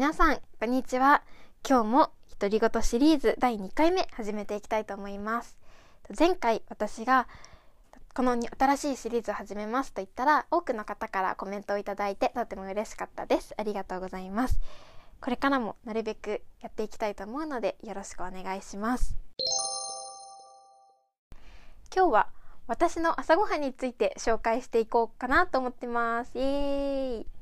皆さんこんにちは。今日も独り言シリーズ第2回目始めていきたいと思います。前回私がこの新しいシリーズを始めますと言ったら、多くの方からコメントをいただいてとても嬉しかったです。ありがとうございます。これからもなるべくやっていきたいと思うのでよろしくお願いします。今日は私の朝ごはんについて紹介していこうかなと思ってます。イエーイ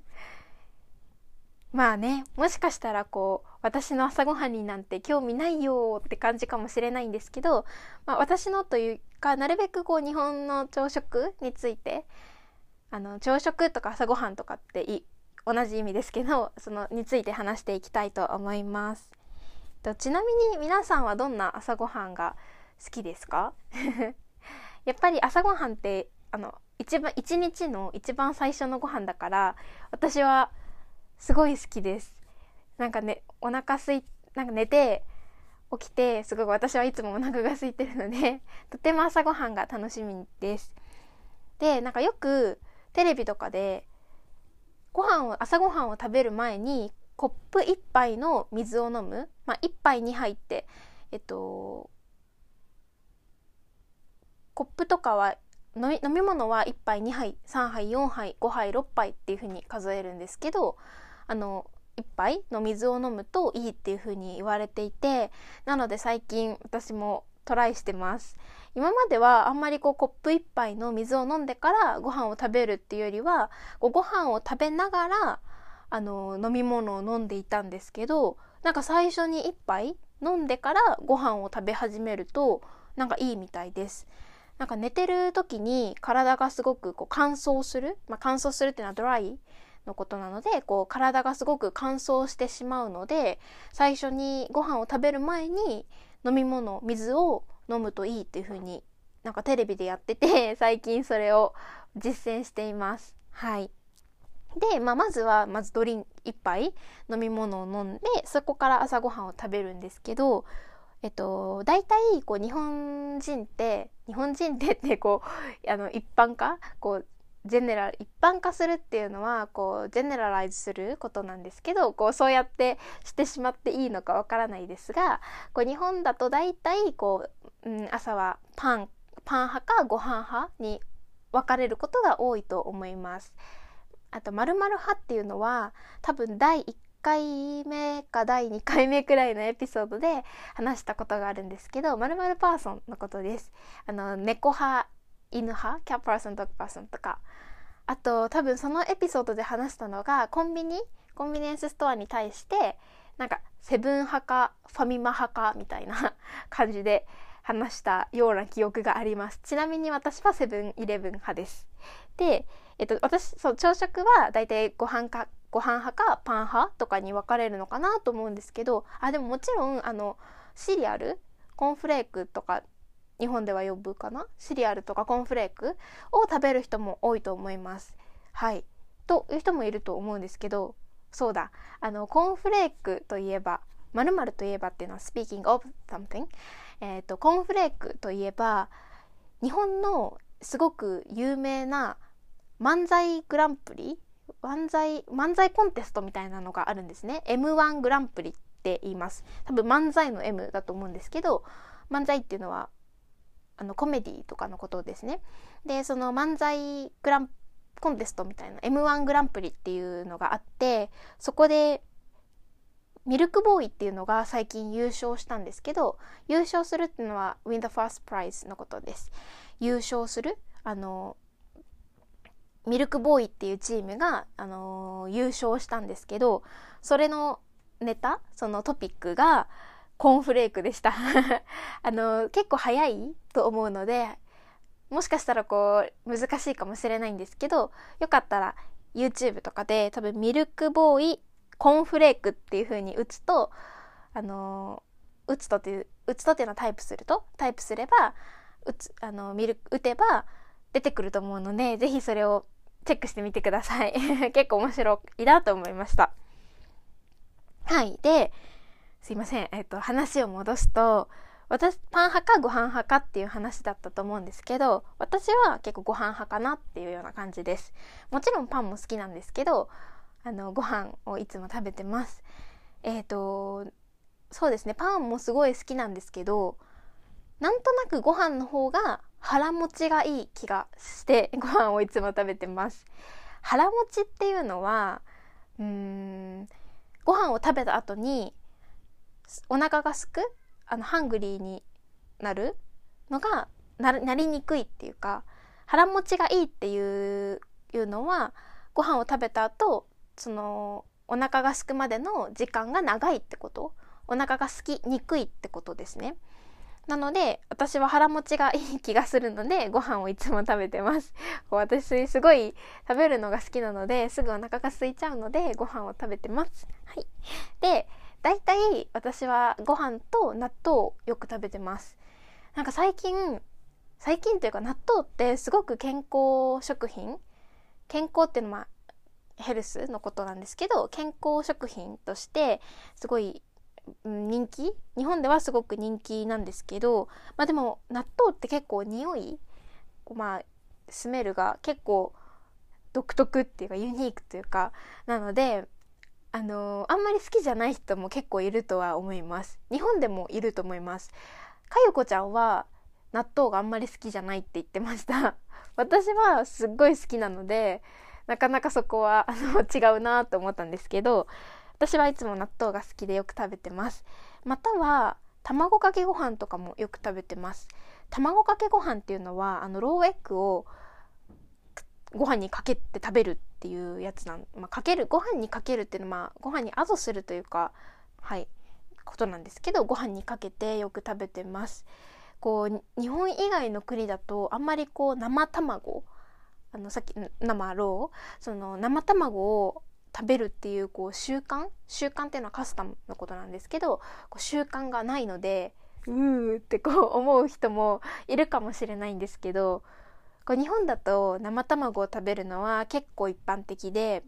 まあね、もしかしたら私の朝ごはんになんて興味ないよって感じかもしれないんですけど、私のというかなるべく日本の朝食について、朝食とか朝ごはんとかって同じ意味ですけど、そのについて話していきたいと思います。ちなみに皆さんはどんな朝ごはんが好きですか？やっぱり朝ごはんって一日の一番最初のご飯だから、私はすごい好きです。なんかね、寝て起きてすごい私はいつもお腹が空いてるのでとても朝ごはんが楽しみです。で、よくテレビとかで朝ごはんを食べる前にコップ1杯の水を飲む、1杯2杯ってコップとかは飲み物は1杯2杯3杯4杯5杯6杯っていう風に数えるんですけど、1杯の水を飲むといいっていう風に言われていて、なので最近私もトライしてます。今まではあんまりコップ1杯の水を飲んでからご飯を食べるっていうよりは、ご飯を食べながら飲み物を飲んでいたんですけど、最初に1杯飲んでからご飯を食べ始めるといいみたいです。寝てる時に体がすごく乾燥する、乾燥するっていうのはドライのことなので、体がすごく乾燥してしまうので、最初にご飯を食べる前に水を飲むといいっていう風にテレビでやってて、最近それを実践しています。はい。で、まず1杯飲み物を飲んで、そこから朝ごはんを食べるんですけど、大体日本人って一般化一般化するっていうのはジェネラライズすることなんですけど、そうやってしてしまっていいのかわからないですが、日本だと大体朝はパン派かご飯派に分かれることが多いと思います。あと〇〇派っていうのは多分第1回目か第2回目くらいのエピソードで話したことがあるんですけど、〇〇パーソンのことです。猫派、犬派、キャットパーソン、ドッグパーソンとか、あと多分そのエピソードで話したのがコンビニエンスストアに対してセブン派かファミマ派かみたいな感じで話したような記憶があります。ちなみに私はセブンイレブン派です。で、朝食はだいたいご飯派かパン派とかに分かれるのかなと思うんですけど、でももちろんシリアル、コーンフレークとか日本では呼ぶかな、シリアルとかコーンフレークを食べる人も多いと思います。はい。という人もいると思うんですけど、そうだ、コーンフレークといえば、〇〇といえばっていうのは speaking of something、コーンフレークといえば日本のすごく有名な漫才グランプリ、漫才コンテストみたいなのがあるんですね。 M1 グランプリって言います。多分漫才の M だと思うんですけど、漫才っていうのはコメディとかのことですね。で、その漫才コンテストみたいな M1 グランプリっていうのがあって、そこでミルクボーイっていうのが最近優勝したんですけど、優勝するっていうのは win the first prize のことです。優勝するミルクボーイっていうチームが、優勝したんですけど、それのそのトピックがコーンフレークでした結構早いと思うので、もしかしたら難しいかもしれないんですけど、よかったら YouTube とかで多分ミルクボーイコーンフレークっていう風に打つとっていうのはタイプすれば打てば出てくると思うので、ぜひそれをチェックしてみてください結構面白いなと思いました。はい。で、すいません、話を戻すと、私パン派かご飯派かっていう話だったと思うんですけど、私は結構ご飯派かなっていうような感じです。もちろんパンも好きなんですけど、 ご飯をいつも食べてます。そうですね、パンもすごい好きなんですけど、なんとなくご飯の方が腹持ちがいい気がしてご飯をいつも食べてます。腹持ちっていうのはご飯を食べた後にお腹がすくハングリーになるのがなりにくいっていうか、腹持ちがいいっていうのはご飯を食べた後そのお腹が空くまでの時間が長いってこと、お腹が空きにくいってことですね。なので私は腹持ちがいい気がするのでご飯をいつも食べてます。私すごい食べるのが好きなのですぐお腹が空いちゃうのでご飯を食べてます。はい。で、だいたい私はご飯と納豆をよく食べてます。なんか最近というか納豆ってすごく健康食品、健康っていうのはヘルスのことなんですけど、健康食品としてすごい人気、日本ではすごく人気なんですけど、でも納豆って結構匂い、スメルが結構独特っていうかユニークというかなので、あんまり好きじゃない人も結構いるとは思います。日本でもいると思います。かゆこちゃんは納豆があんまり好きじゃないって言ってました私はすっごい好きなので、なかなかそこは違うなと思ったんですけど、私はいつも納豆が好きでよく食べてます。または卵かけご飯とかもよく食べてます。卵かけご飯っていうのはローエッグをご飯にかけて食べるっていうやつご飯にかけるっていうのはご飯にアドするというか、ことなんですけど、ご飯にかけてよく食べてます。日本以外の国だとあんまり生卵、さっき生卵を食べるっていう習慣っていうのはカスタムのことなんですけど、習慣がないのでって思う人もいるかもしれないんですけど、日本だと生卵を食べるのは結構一般的で、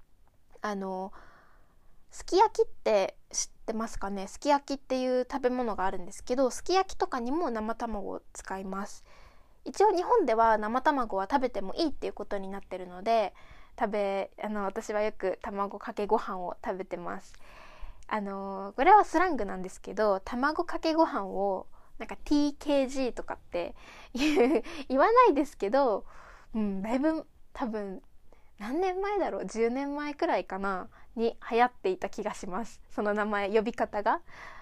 すき焼きって知ってますかね。すき焼きっていう食べ物があるんですけど、すき焼きとかにも生卵を使います。一応日本では生卵は食べてもいいっていうことになってるので、私はよく卵かけご飯を食べてます。これはスラングなんですけど、卵かけご飯をなんか TKG とかって言わないですけど、だいぶ多分何年前だろう、10年前くらいかなに流行っていた気がします。その名前、呼び方が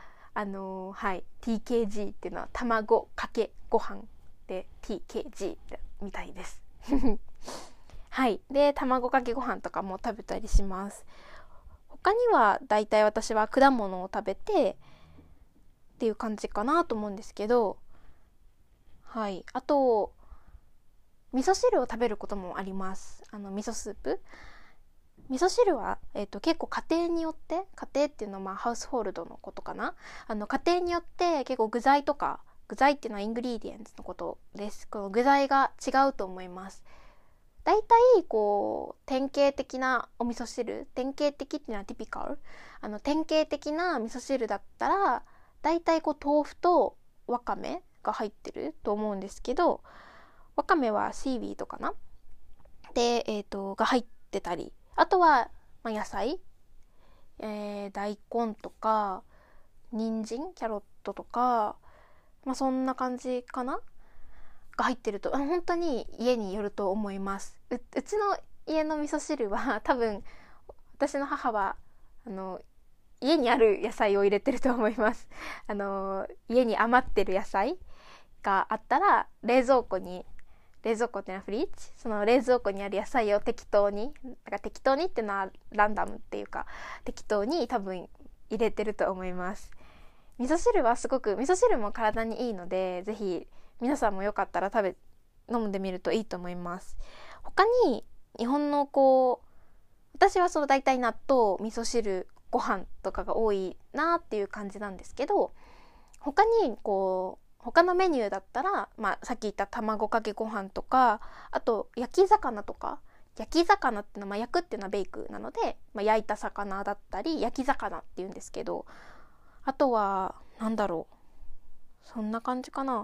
TKG っていうのは卵かけご飯で TKG みたいですはい。で、卵かけご飯とかも食べたりします。他にはだいたい私は果物を食べてっていう感じかなと思うんですけど、あと味噌汁を食べることもあります。味噌スープ、味噌汁は、結構家庭によって、家庭っていうのはハウスホールドのことかな、家庭によって結構具材っていうのはイングリーディエンツのことです。この具材が違うと思います。だいたい典型的なお味噌汁、典型的っていうのはティピカル、典型的な味噌汁だったらだいたい豆腐とわかめが入ってると思うんですけど、わかめはシーウィードかなで、が入ってたり、あとは、野菜、大根とか人参、キャロットとか、そんな感じかなが入ってると、本当に家によると思います。うちの家の味噌汁は多分私の母は家にある野菜を入れてると思います。家に余ってる野菜があったら冷蔵庫っていうのはフリッジ、その冷蔵庫にある野菜を適当にっていうのはランダムっていうか適当に多分入れてると思います。味噌汁も体にいいので、ぜひ皆さんもよかったら飲んでみるといいと思います。他に日本の私はだいたい納豆、味噌汁、ご飯とかが多いなっていう感じなんですけど、他のメニューだったら、さっき言った卵かけご飯とか、あと焼き魚っていうのは、焼くっていうのはベイクなので、焼いた魚だったり焼き魚っていうんですけど、あとはそんな感じかな。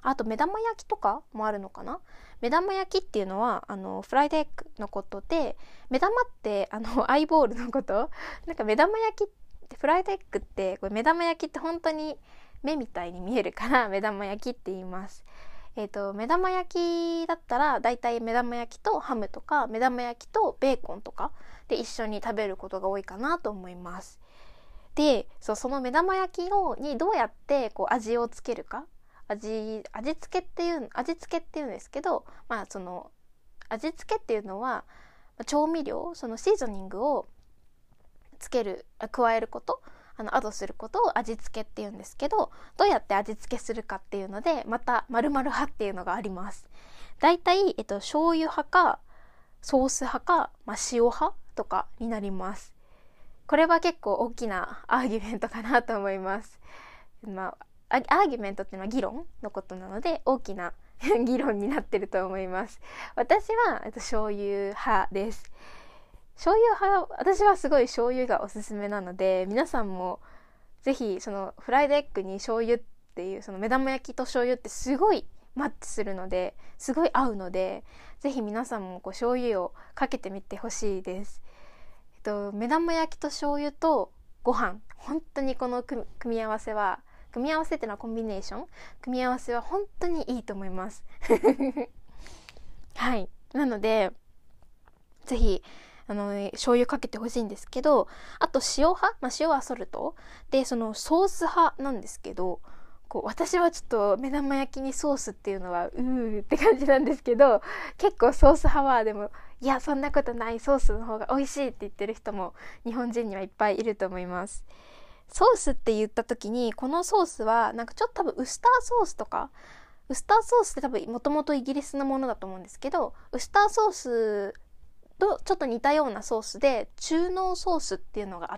あと目玉焼きとかもあるのかな。目玉焼きっていうのはフライドエッグのことで、目玉ってアイボールのこと。なんか目玉焼きってフライドエッグってこれ目玉焼きって本当に目みたいに見えるから目玉焼きって言います。目玉焼きだったらだいたい目玉焼きとハムとか目玉焼きとベーコンとかで一緒に食べることが多いかなと思います。で、その目玉焼きにどうやってこう味をつけるか、味付けっていうんですけど、その味付けっていうのは調味料、そのシーズニングを加えること、アドすることを味付けっていうんですけど、どうやって味付けするかっていうのでまた〇〇派っていうのがあります。だいたい醤油派かソース派か、塩派とかになります。これは結構大きなアーギュメントかなと思います。アーギュメントっていうのは議論のことなので大きな議論になってると思います。私は醤油派です。私はすごい醤油がおすすめなので、皆さんもぜひそのフライドエッグに醤油っていうその目玉焼きと醤油ってすごいマッチするので、すごい合うので、ぜひ皆さんも醤油をかけてみてほしいです。目玉焼きと醤油とご飯、本当にこの組み合わせっていうのはコンビネーション、組み合わせは本当にいいと思いますはい、なのでぜひ醤油かけてほしいんですけど、あと塩派、塩はソルトで、そのソース派なんですけど、私はちょっと目玉焼きにソースっていうのはって感じなんですけど、結構ソース派はでも、いやそんなことない、ソースの方が美味しいって言ってる人も日本人にはいっぱいいると思います。ソースって言った時に、このソースはなんかちょっと多分ウスターソースって多分もともとイギリスのものだと思うんですけど、ウスターソースとちょっと似たようなソースで中濃ソースっていうのがあって、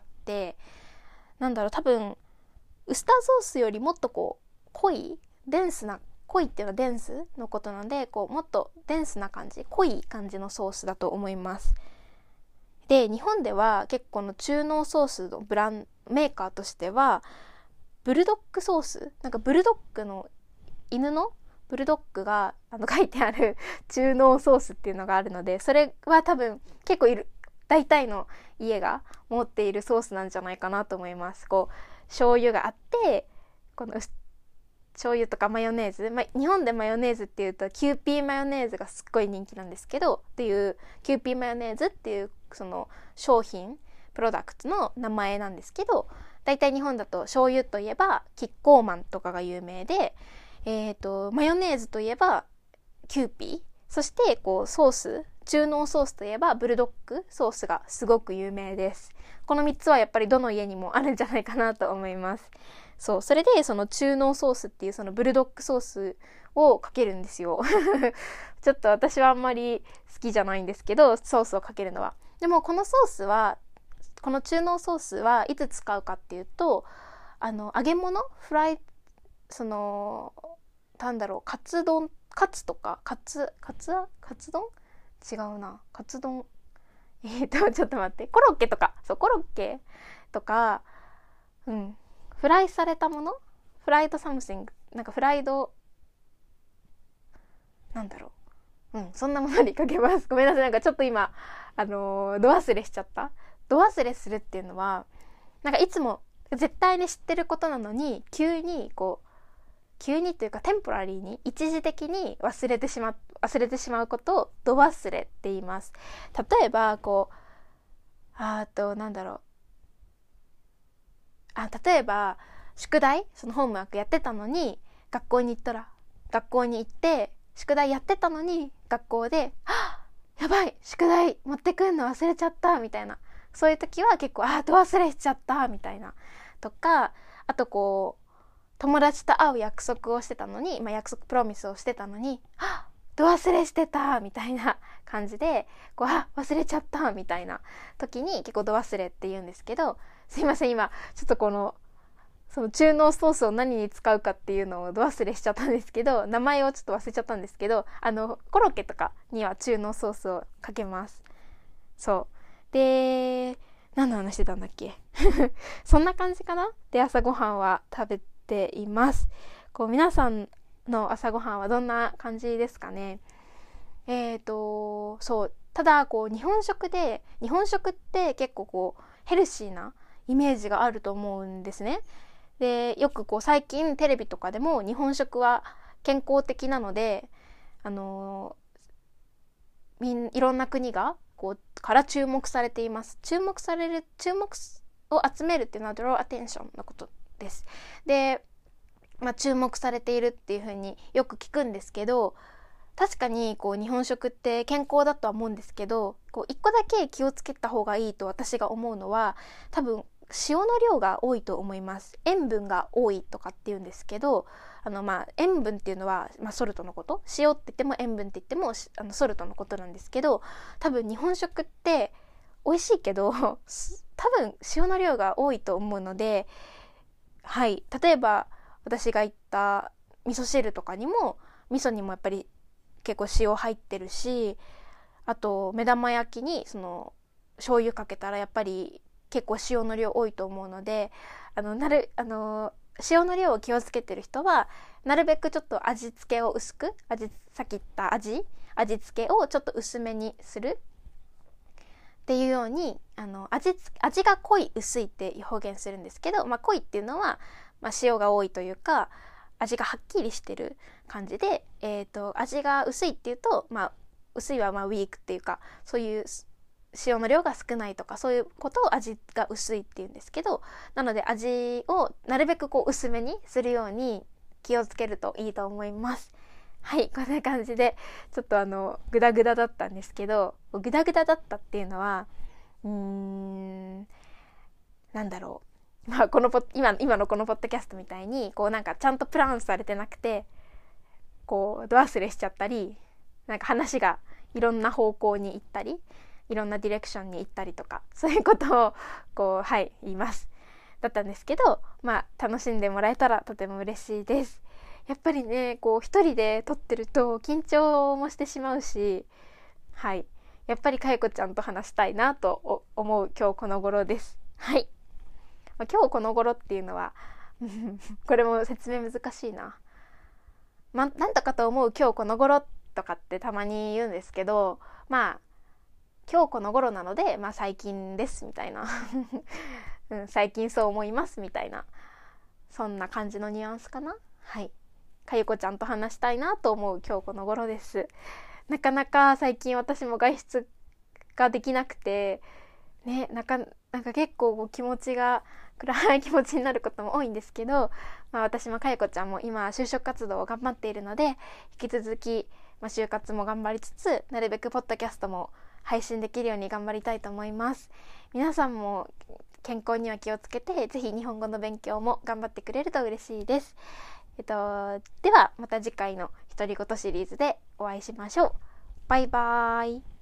多分ウスターソースよりもっと濃いっていうのはデンスのことなので、もっとデンスな感じ、濃い感じのソースだと思います。で、日本では結構の中濃ソースのメーカーとしてはブルドッグソース、なんかブルドッグの犬のブルドッグが書いてある中濃ソースっていうのがあるので、それは多分結構大体の家が持っているソースなんじゃないかなと思います。醤油があって、この醤油とかマヨネーズ、日本でマヨネーズっていうとキューピーマヨネーズがすっごい人気なんですけど、っていうキューピーマヨネーズっていうその商品プロダクトの名前なんですけど、だいたい日本だと醤油といえばキッコーマンとかが有名で、マヨネーズといえばキューピー、そしてソース、中濃ソースといえばブルドッグソースがすごく有名です。この3つはやっぱりどの家にもあるんじゃないかなと思います。それでその中濃ソースっていうそのブルドッグソースをかけるんですよちょっと私はあんまり好きじゃないんですけど、ソースをかけるのは。でもこの中濃ソースはいつ使うかっていうと、揚げ物、カツ丼違うな、カツ丼ちょっと待って、コロッケとか、フライされたもの、フライドサムシング、そんなものにかけます。ごめんなさい、ちょっと今ど忘れしちゃった。ど忘れするっていうのは、いつも絶対に知ってることなのに急にというかテンポラリーに一時的に忘れてしまうことをど忘れって言います。例えば例えば宿題、そのホームワークやってたのに学校に行って宿題やってたのに学校でやばい、宿題持ってくんの忘れちゃったみたいな、そういう時は結構ど忘れしちゃったみたいなとか、あと友達と会う約束をしてたのに、プロミスをしてたのにど忘れしてたみたいな感じで忘れちゃったみたいな時に結構ど忘れって言うんですけど、すいません、今ちょっとその中濃ソースを何に使うかっていうのをど忘れしちゃったんですけど、名前をちょっと忘れちゃったんですけど、コロッケとかには中濃ソースをかけます。で、何の話してたんだっけそんな感じかな。で、朝ごはんは食べています。皆さんの朝ごはんはどんな感じですかね。そうただこう日本食って結構こうヘルシーなイメージがあると思うんですね。でよくこう最近テレビとかでも日本食は健康的なので、いろんな国がこうから注目されています。注目を集めるっていうのは draw attention のことです。で、注目されているっていう風によく聞くんですけど、確かにこう日本食って健康だとは思うんですけど、こう一個だけ気をつけた方がいいと私が思うのは、多分塩の量が多いと思います。塩分が多いとかって言うんですけど、塩分っていうのは、ソルトのこと、塩って言っても塩分って言ってもソルトのことなんですけど、多分日本食って美味しいけど多分塩の量が多いと思うので、はい、例えば私が言った味噌汁とかにも、味噌にもやっぱり結構塩入ってるし、あと目玉焼きにその醤油かけたらやっぱり結構塩の量多いと思うので、塩の量を気をつけてる人はなるべくちょっと味付けを薄く、さっき言った味付けをちょっと薄めにするっていうように、味が濃い薄いって表現するんですけど、濃いっていうのは、塩が多いというか味がはっきりしてる感じで、味が薄いっていうと、薄いはウィークっていうか、そういう塩の量が少ないとか、そういうことを味が薄いっていうんですけど、なので味をなるべくこう薄めにするように気をつけるといいと思います。はい、こんな感じでちょっとグダグダだったんですけど、グダグダだったっていうのはなんだろう、今のこのポッドキャストみたいにこうなんかちゃんとプランされてなくて、こうド忘れしちゃったり、なんか話がいろんな方向に行ったり、いろんなディレクションに行ったりとか、そういうことをこう言いますだったんですけど、楽しんでもらえたらとても嬉しいです。やっぱりね、こう一人で撮ってると緊張もしてしまうし、やっぱりかよこちゃんと話したいなと思う今日この頃です。今日この頃っていうのはこれも説明難しいな。なんとかと思う今日この頃とかってたまに言うんですけど、今日この頃なので、最近ですみたいな最近そう思いますみたいな、そんな感じのニュアンスかな。かゆこちゃんと話したいなと思う今日この頃です。なかなか最近私も外出ができなくてね、なんか結構気持ちが暗い気持ちになることも多いんですけど、私もかゆこちゃんも今就職活動を頑張っているので、引き続き、就活も頑張りつつ、なるべくポッドキャストも配信できるように頑張りたいと思います。皆さんも健康には気をつけて、ぜひ日本語の勉強も頑張ってくれると嬉しいです。ではまた次回の独り言シリーズでお会いしましょう。バイバーイ。